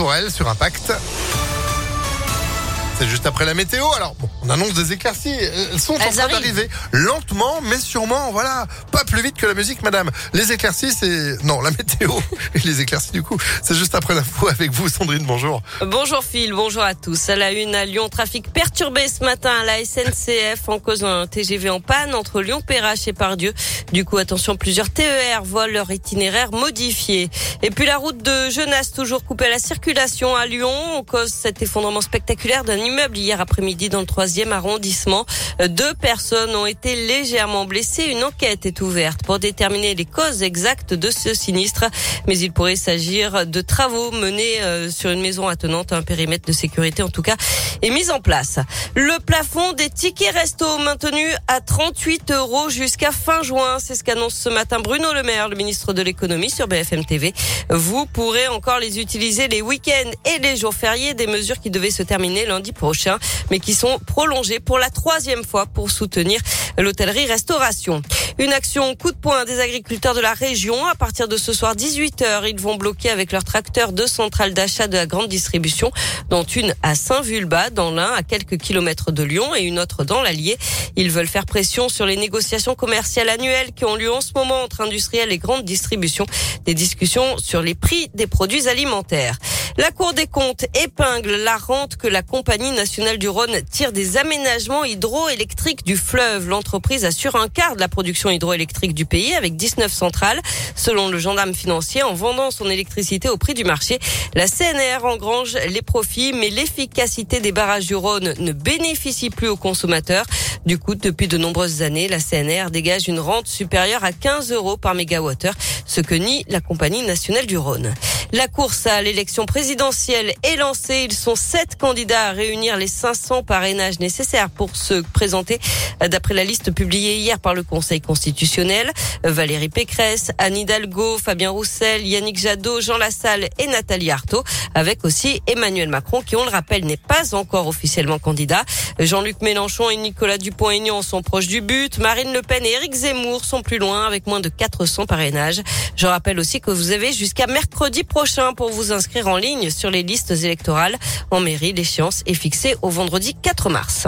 pour elle sur Impact. C'est juste après la météo. Alors, on annonce des éclaircies. Elles sont en train d'arriver lentement, mais sûrement. Voilà, pas plus vite que la musique, madame. Les éclaircies, c'est... Non, la météo et les éclaircies, du coup, c'est juste après l'info avec vous, Sandrine. Bonjour. Bonjour Phil, bonjour à tous. À la une à Lyon, trafic perturbé ce matin à la SNCF en cause d'un TGV en panne entre Lyon-Perrache et Pardieu. Du coup, attention, plusieurs TER voient leur itinéraire modifié. Et puis la route de Genasse, toujours coupée à la circulation à Lyon, en cause cet effondrement spectaculaire d'un immeuble hier après-midi dans le 3e arrondissement. 2 personnes ont été légèrement blessées. Une enquête est ouverte pour déterminer les causes exactes de ce sinistre. Mais il pourrait s'agir de travaux menés sur une maison attenante. Un périmètre de sécurité, en tout cas, est mis en place. Le plafond des tickets resto maintenu à 38 € jusqu'à fin juin. C'est ce qu'annonce ce matin Bruno Le Maire, le ministre de l'économie, sur BFM TV. Vous pourrez encore les utiliser les week-ends et les jours fériés, des mesures qui devaient se terminer lundi prochain, mais qui sont prolongées pour la 3e fois pour soutenir l'hôtellerie-restauration. Une action coup de poing des agriculteurs de la région. À partir de ce soir 18h, ils vont bloquer avec leurs tracteurs 2 centrales d'achat de la grande distribution, dont une à Saint-Vulbas, dans l'Ain, à quelques kilomètres de Lyon, et une autre dans l'Allier. Ils veulent faire pression sur les négociations commerciales annuelles qui ont lieu en ce moment entre industriels et grandes distributions. Des discussions sur les prix des produits alimentaires. La Cour des comptes épingle la rente que la Compagnie nationale du Rhône tire des aménagements hydroélectriques du fleuve. L'entreprise assure un quart de la production hydroélectrique du pays avec 19 centrales. Selon le gendarme financier, en vendant son électricité au prix du marché, la CNR engrange les profits, mais l'efficacité des barrages du Rhône ne bénéficie plus aux consommateurs. Du coup, depuis de nombreuses années, la CNR dégage une rente supérieure à 15 € par mégawattheure, ce que nie la Compagnie nationale du Rhône. La course à l'élection présidentielle est lancée. Ils sont 7 candidats à réunir les 500 parrainages nécessaires pour se présenter d'après la liste publiée hier par le Conseil constitutionnel. Valérie Pécresse, Anne Hidalgo, Fabien Roussel, Yannick Jadot, Jean Lassalle et Nathalie Arthaud, avec aussi Emmanuel Macron qui, on le rappelle, n'est pas encore officiellement candidat. Jean-Luc Mélenchon et Nicolas Dupont-Aignan sont proches du but. Marine Le Pen et Éric Zemmour sont plus loin avec moins de 400 parrainages. Je rappelle aussi que vous avez jusqu'à mercredi prochain pour vous inscrire en ligne sur les listes électorales. En mairie, l'échéance est fixée au vendredi 4 mars.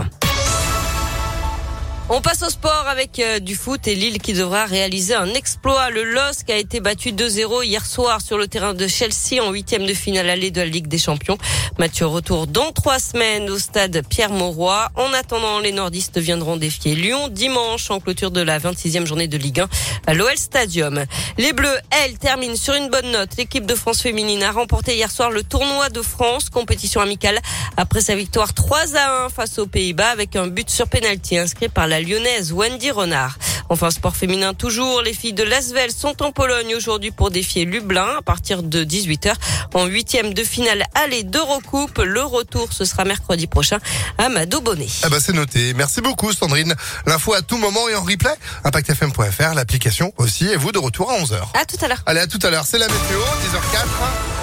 On passe au sport avec du foot et Lille qui devra réaliser un exploit. Le LOSC a été battu 2-0 hier soir sur le terrain de Chelsea en 8e de finale aller de la Ligue des Champions. Match retour dans 3 semaines au stade Pierre-Mauroy. En attendant, les nordistes viendront défier Lyon dimanche en clôture de la 26e journée de Ligue 1 à l'OL Stadium. Les Bleus, elles, terminent sur une bonne note. L'équipe de France féminine a remporté hier soir le tournoi de France, compétition amicale, après sa victoire 3-1 face aux Pays-Bas avec un but sur pénalty inscrit par la lyonnaise Wendy Renard. Enfin, sport féminin toujours, les filles de l'Asvel sont en Pologne aujourd'hui pour défier Lublin à partir de 18h en 8e de finale aller d'Eurocoupe. Le retour, ce sera mercredi prochain à Mado-Bonnet. Ah bah c'est noté. Merci beaucoup Sandrine. L'info à tout moment et en replay. ImpactFM.fr, l'application aussi. Et vous de retour à 11h. À tout à l'heure. Allez, à tout à l'heure. C'est la météo, 10h04.